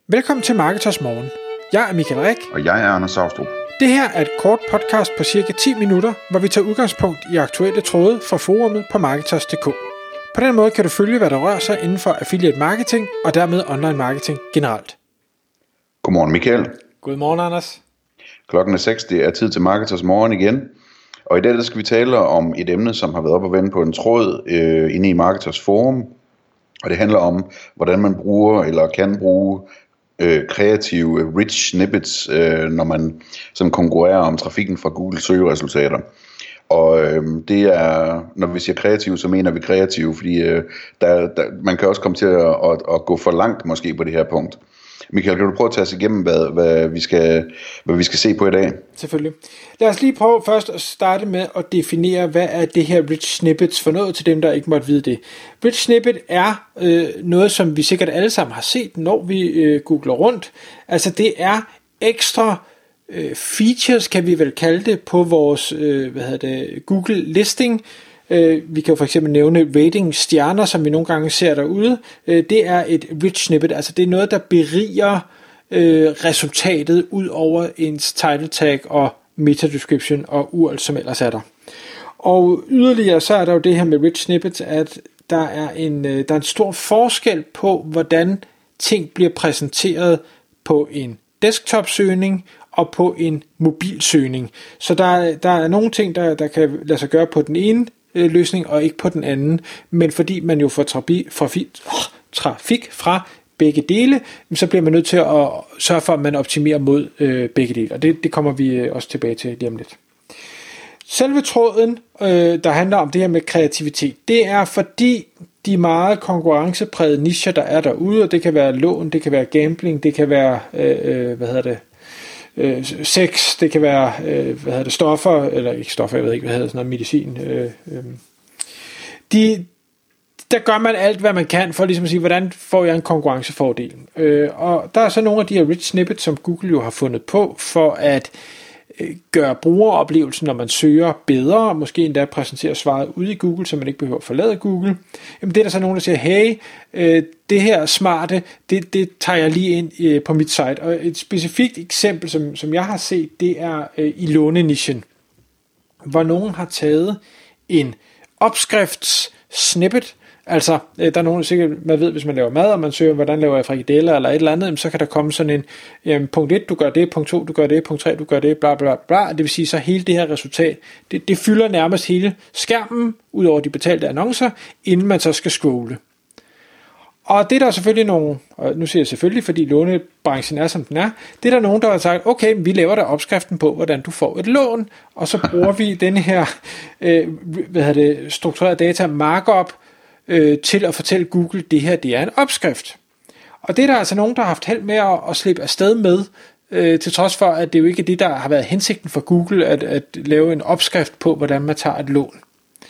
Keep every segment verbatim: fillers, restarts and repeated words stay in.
Velkommen til Marketers Morgen. Jeg er Michael Rik. Og jeg er Anders Saustrup. Det her er et kort podcast på cirka ti minutter, hvor vi tager udgangspunkt i aktuelle tråde fra forumet på Marketers punktum d k. På den måde kan du følge, hvad der rører sig inden for affiliate marketing og dermed online marketing generelt. Godmorgen Michael. Godmorgen Anders. Klokken er seks, det er tid til Marketers Morgen igen. Og i dag der skal vi tale om et emne, som har været op og vende på en tråd øh, inde i Marketers Forum. Og det handler om, hvordan man bruger eller kan bruge øh, kreative rich snippets, øh, når man som konkurrerer om trafikken fra Google søgeresultater. Og øh, det er, når vi siger kreativ, så mener vi kreativ, fordi øh, der, der, man kan også komme til at, at, at gå for langt måske på det her punkt. Michael, kan du prøve at tage os igennem, hvad, hvad, vi skal, hvad vi skal se på i dag? Selvfølgelig. Lad os lige prøve først at starte med at definere, hvad er det her rich snippets for noget til dem, der ikke måtte vide det. Rich snippet er øh, noget, som vi sikkert alle sammen har set, når vi øh, googler rundt. Altså det er ekstra øh, features, kan vi vel kalde det, på vores øh, hvad hedder det, Google listing. Vi kan jo for eksempel nævne rating stjerner, som vi nogle gange ser derude. Det er et rich snippet, altså det er noget, der beriger øh, resultatet ud over ens title tag og meta description og U R L, som ellers er der. Og yderligere så er der jo det her med rich snippets, at der er en, der er en stor forskel på, hvordan ting bliver præsenteret på en desktop-søgning og på en mobilsøgning. Så der, der er nogle ting, der, der kan lade sig gøre på den ene løsning og ikke på den anden, men fordi man jo får trafi, fra, trafik fra begge dele, så bliver man nødt til at sørge for, at man optimerer mod øh, begge dele, og det, det kommer vi også tilbage til lige om lidt. Selve tråden, øh, der handler om det her med kreativitet, det er fordi de meget konkurrenceprægede nicher, der er derude, og det kan være lån, det kan være gambling, det kan være, øh, hvad hedder det, Øh, sex, det kan være øh, hvad hedder det, stoffer, eller ikke stoffer, jeg ved ikke, hvad hedder sådan noget, medicin. Øh, øh. De, der gør man alt, hvad man kan, for ligesom at sige, hvordan får jeg en konkurrencefordel. Øh, og der er så nogle af de her rich snippets, som Google jo har fundet på, for at øh, gøre brugeroplevelsen, når man søger, bedre, måske endda præsentere svaret ude i Google, så man ikke behøver at forlade Google. Jamen det er der så nogen, der siger, hey, øh, det her smarte, det, det tager jeg lige ind øh, på mit site. Og et specifikt eksempel, som, som jeg har set, det er øh, i lånenichen, hvor nogen har taget en opskrifts-snippet. Altså, øh, der er nogen, der sikkert, man ved, hvis man laver mad, og man søger, hvordan laver jeg frikadeller eller et eller andet, så kan der komme sådan en, jamen, punkt et, du gør det, punkt to, du gør det, punkt tre, du gør det, bla bla bla. Det vil sige, så hele det her resultat, det, det fylder nærmest hele skærmen, ud over de betalte annoncer, inden man så skal scrolle. Og det er der selvfølgelig nogen, og nu siger jeg selvfølgelig, fordi lånebranchen er som den er, det er der nogen, der har sagt, okay, vi laver der opskriften på, hvordan du får et lån, og så bruger vi den her øh, hvad hedder det, strukturerede data markup øh, til at fortælle Google, det her det er en opskrift. Og det er der altså nogen, der har haft held med at, at slippe afsted med, øh, til trods for, at det jo ikke er det, der har været hensigten for Google, at, at lave en opskrift på, hvordan man tager et lån.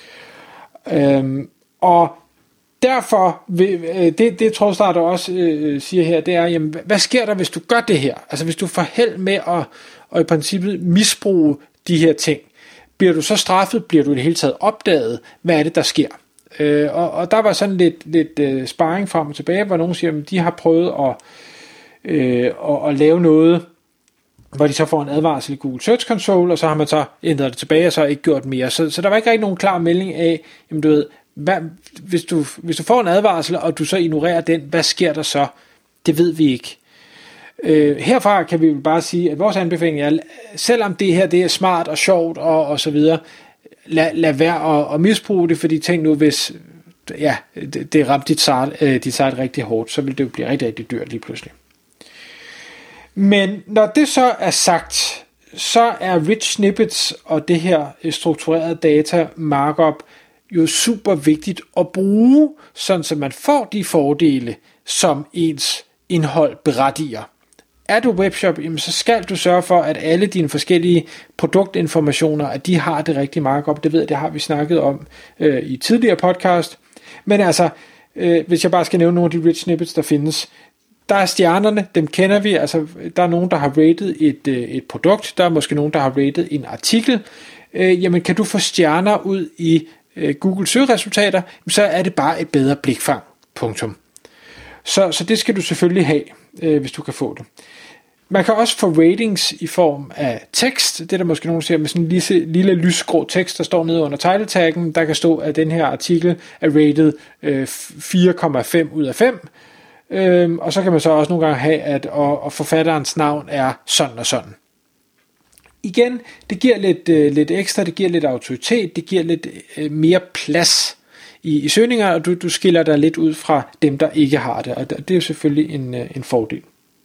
Øhm, og derfor, det, det Trådstarter også øh, siger her, det er, jamen, hvad sker der, hvis du gør det her? Altså hvis du får held med at, at i princippet misbruge de her ting, bliver du så straffet, bliver du i det hele taget opdaget, hvad er det, der sker? Øh, og, og der var sådan lidt, lidt øh, sparring frem og tilbage, hvor nogen siger, at de har prøvet at, øh, at, at lave noget, hvor de så får en advarsel i Google Search Console, og så har man så ændret det tilbage, og så ikke gjort mere. Så, så der var ikke rigtig nogen klar melding af, jamen du ved, hvad, hvis, du, hvis du får en advarsel, og du så ignorerer den, hvad sker der så? Det ved vi ikke. Øh, herfra kan vi bare sige, at vores anbefaling er, selvom det her det er smart og sjovt og, og så videre, lad, lad være at, at misbruge det, fordi tænk nu, hvis ja, det, det ramte dit site, øh, dit site rigtig hårdt, så vil det jo blive rigtig, rigtig dyrt lige pludselig. Men når det så er sagt, så er rich snippets og det her strukturerede data markup jo super vigtigt at bruge, sådan så man får de fordele, som ens indhold berettiger. Er du webshop, jamen så skal du sørge for, at alle dine forskellige produktinformationer, at de har det rigtige markup. Det ved jeg, det har vi snakket om øh, i tidligere podcast. Men altså, øh, hvis jeg bare skal nævne nogle af de rich snippets, der findes, der er stjernerne, dem kender vi. Altså, der er nogen, der har rated et, øh, et produkt. Der er måske nogen, der har rated en artikel. Øh, jamen, kan du få stjerner ud i øh, Google søgeresultater, så er det bare et bedre blikfang. Punktum. Så, så det skal du selvfølgelig have. øh, hvis du kan få det. Man kan også få ratings i form af tekst. Det er der måske nogen, der ser med sådan en lille, lille lysgrå tekst, der står nede under title taggen. Der kan stå, at den her artikel er rated øh, fire komma fem ud af fem. Øhm, og så kan man så også nogle gange have, at og, og forfatterens navn er sådan og sådan. Igen, det giver lidt, øh, lidt ekstra, det giver lidt autoritet, det giver lidt øh, mere plads i, i søgninger, og du, du skiller dig lidt ud fra dem, der ikke har det, og det er jo selvfølgelig en, øh, en fordel.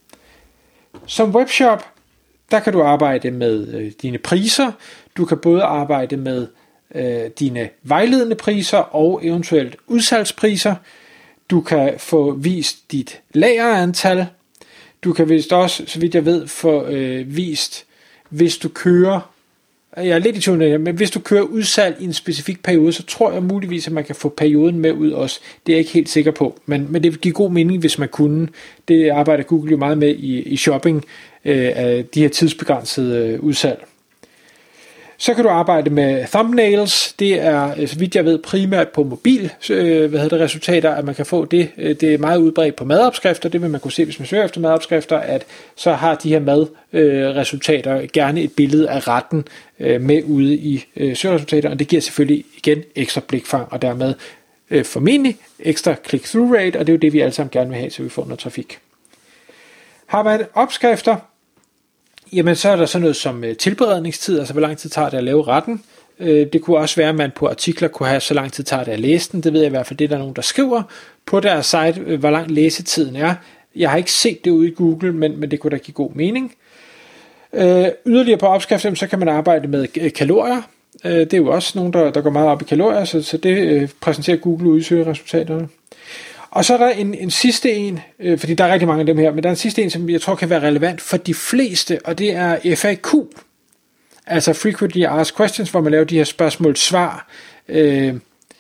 Som webshop, der kan du arbejde med øh, dine priser, du kan både arbejde med øh, dine vejledende priser og eventuelt udsalgspriser, du kan få vist dit lagerantal, du kan vist også, så vidt jeg ved, få øh, vist, hvis du kører, jeg er lidt i tvivl af det, men hvis du kører udsalg i en specifik periode, så tror jeg muligvis, at man kan få perioden med ud også. Det er jeg ikke helt sikker på, men, men det vil give god mening, hvis man kunne. Det arbejder Google jo meget med i, i shopping øh, af de her tidsbegrænsede øh, udsalg. Så kan du arbejde med thumbnails. Det er, så vidt jeg ved, primært på mobil øh, hvad hedder det, resultater, at man kan få det. Det er meget udbredt på madopskrifter. Det vil man kunne se, hvis man søger efter madopskrifter, at så har de her madresultater øh, gerne et billede af retten øh, med ude i øh, søgeresultater, og det giver selvfølgelig igen ekstra blikfang, og dermed øh, formentlig ekstra click-through rate, og det er jo det, vi alle sammen gerne vil have, så vi får noget trafik. Har man opskrifter, jamen så er der sådan noget som tilberedningstid, altså hvor lang tid tager det at lave retten. Det kunne også være, at man på artikler kunne have så lang tid tager det at læse den. Det ved jeg i hvert fald, det er der nogen, der skriver på deres site, hvor lang læsetiden er. Jeg har ikke set det ude i Google, men, men det kunne da give god mening. Yderligere på opskriften, så kan man arbejde med kalorier. Det er jo også nogen, der, der går meget op i kalorier, så, så det præsenterer Google ude i søgeresultaterne. Og så er der en, en sidste en, øh, fordi der er rigtig mange af dem her, men der er en sidste en, som jeg tror kan være relevant for de fleste, og det er F A Q, altså Frequently Asked Questions, hvor man laver de her spørgsmål-svar øh,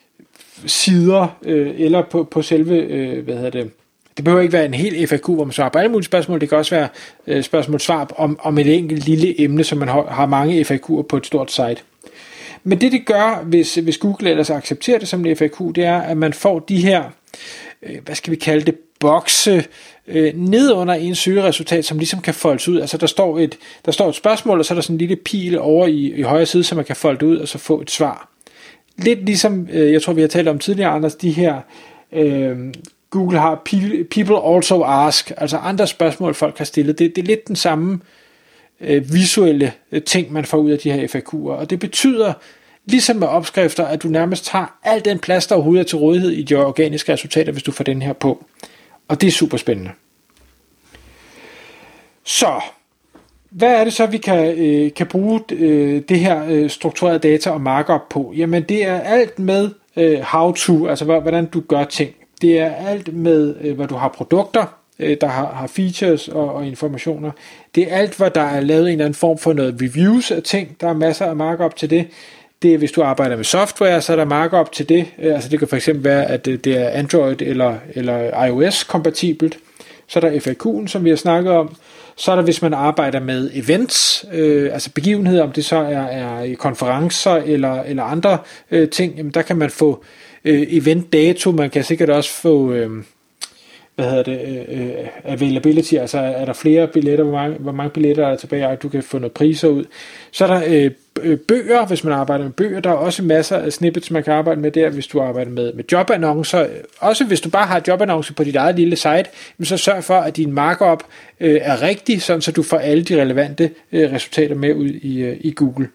sider, øh, eller på, på selve, øh, hvad hedder det, det behøver ikke være en hel F A Q, hvor man svarer på alle mulige spørgsmål, det kan også være øh, spørgsmål-svar om, om et enkelt lille emne, som man har, har mange F A Q'er på et stort site. Men det det gør, hvis, hvis Google ellers accepterer det som en F A Q, det er, at man får de her, hvad skal vi kalde det, bokse øh, ned under en søgeresultat, som ligesom kan foldes ud. Altså der står et, der står et spørgsmål, og så er der sådan en lille pil over i, i højre side, så man kan folde ud og så få et svar. Lidt ligesom, øh, jeg tror vi har talt om tidligere, Anders, de her, øh, Google har people also ask, altså andre spørgsmål folk har stillet. Det, det er lidt den samme øh, visuelle ting, man får ud af de her F A Q'er, og det betyder, ligesom med opskrifter, at du nærmest tager al den plads, der overhovedet er til rådighed i de organiske resultater, hvis du får den her på. Og det er super spændende. Så, hvad er det så, vi kan, øh, kan bruge øh, det her øh, strukturerede data og markup på? Jamen, det er alt med øh, how to, altså hvordan du gør ting. Det er alt med, øh, hvor du har produkter, øh, der har, har features og, og informationer. Det er alt, hvor der er lavet en eller anden form for noget reviews af ting. Der er masser af markup til det. Det er, hvis du arbejder med software, så er der markup til det. Altså det kan for eksempel være, at det er Android eller, eller iOS kompatibelt. Så er der F A Q'en, som vi har snakket om. Så er der, hvis man arbejder med events, øh, altså begivenheder, om det så er, er konferencer eller, eller andre øh, ting, jamen der kan man få øh, eventdato. Man kan sikkert også få øh, hvad hedder det, øh, availability, altså er der flere billetter, hvor mange, hvor mange billetter er der tilbage, og du kan få noget priser ud. Så er der øh, bøger, hvis man arbejder med bøger. Der er også masser af snippets, man kan arbejde med der, hvis du arbejder med, med jobannoncer. Også hvis du bare har jobannoncer på dit eget lille site, så sørg for, at din markup øh, er rigtig, sådan så du får alle de relevante øh, resultater med ud i, øh, i Google.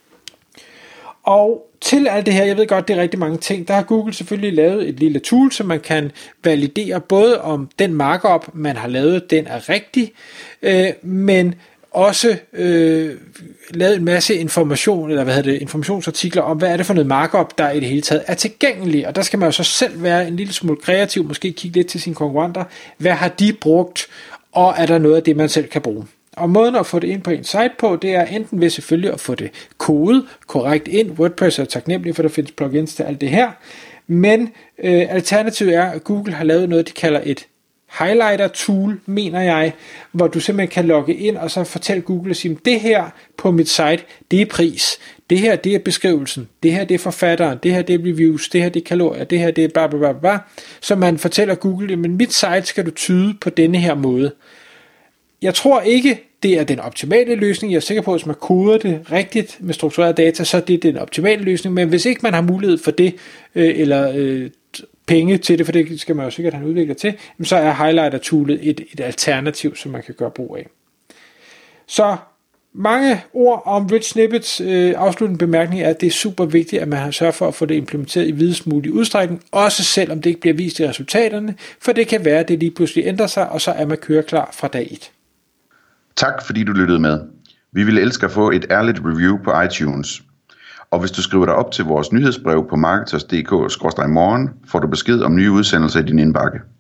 Og til alt det her, jeg ved godt, det er rigtig mange ting, der har Google selvfølgelig lavet et lille tool, så man kan validere både om den markup, man har lavet, den er rigtig, øh, men også øh, lavet en masse information, eller hvad hedder det, informationsartikler om, hvad er det for noget markup, der i det hele taget er tilgængelig, og der skal man jo så selv være en lille smule kreativ, måske kigge lidt til sine konkurrenter, hvad har de brugt, og er der noget af det, man selv kan bruge. Og måden at få det ind på en site på, det er enten ved selvfølgelig at få det kodet korrekt ind. WordPress er taknemmelig, for der findes plugins til alt det her. Men øh, alternativet er, at Google har lavet noget, de kalder et highlighter tool, mener jeg, hvor du simpelthen kan logge ind og så fortælle Google og sige, det her på mit site, det er pris, det her det er beskrivelsen, det her det er forfatteren, det her det er reviews, det her det er kalorier, det her det er bla bla bla bla, så man fortæller Google, men mit site skal du tyde på denne her måde. Jeg tror ikke, det er den optimale løsning. Jeg er sikker på, at hvis man koder det rigtigt med struktureret data, så er det den optimale løsning. Men hvis ikke man har mulighed for det, øh, eller øh, penge til det, for det skal man jo sikkert have en udvikler til, så er highlighter-toolet et, et alternativ, som man kan gøre brug af. Så mange ord om rich snippets. Øh, afsluttende bemærkning er, at det er super vigtigt, at man har sørget for at få det implementeret i videst mulig udstrækning, også selvom det ikke bliver vist i resultaterne, for det kan være, at det lige pludselig ændrer sig, og så er man køreklar fra dag et. Tak fordi du lyttede med. Vi ville elske at få et ærligt review på iTunes. Og hvis du skriver dig op til vores nyhedsbrev på marketers punktum d k skråstreg morgen, får du besked om nye udsendelser i din indbakke.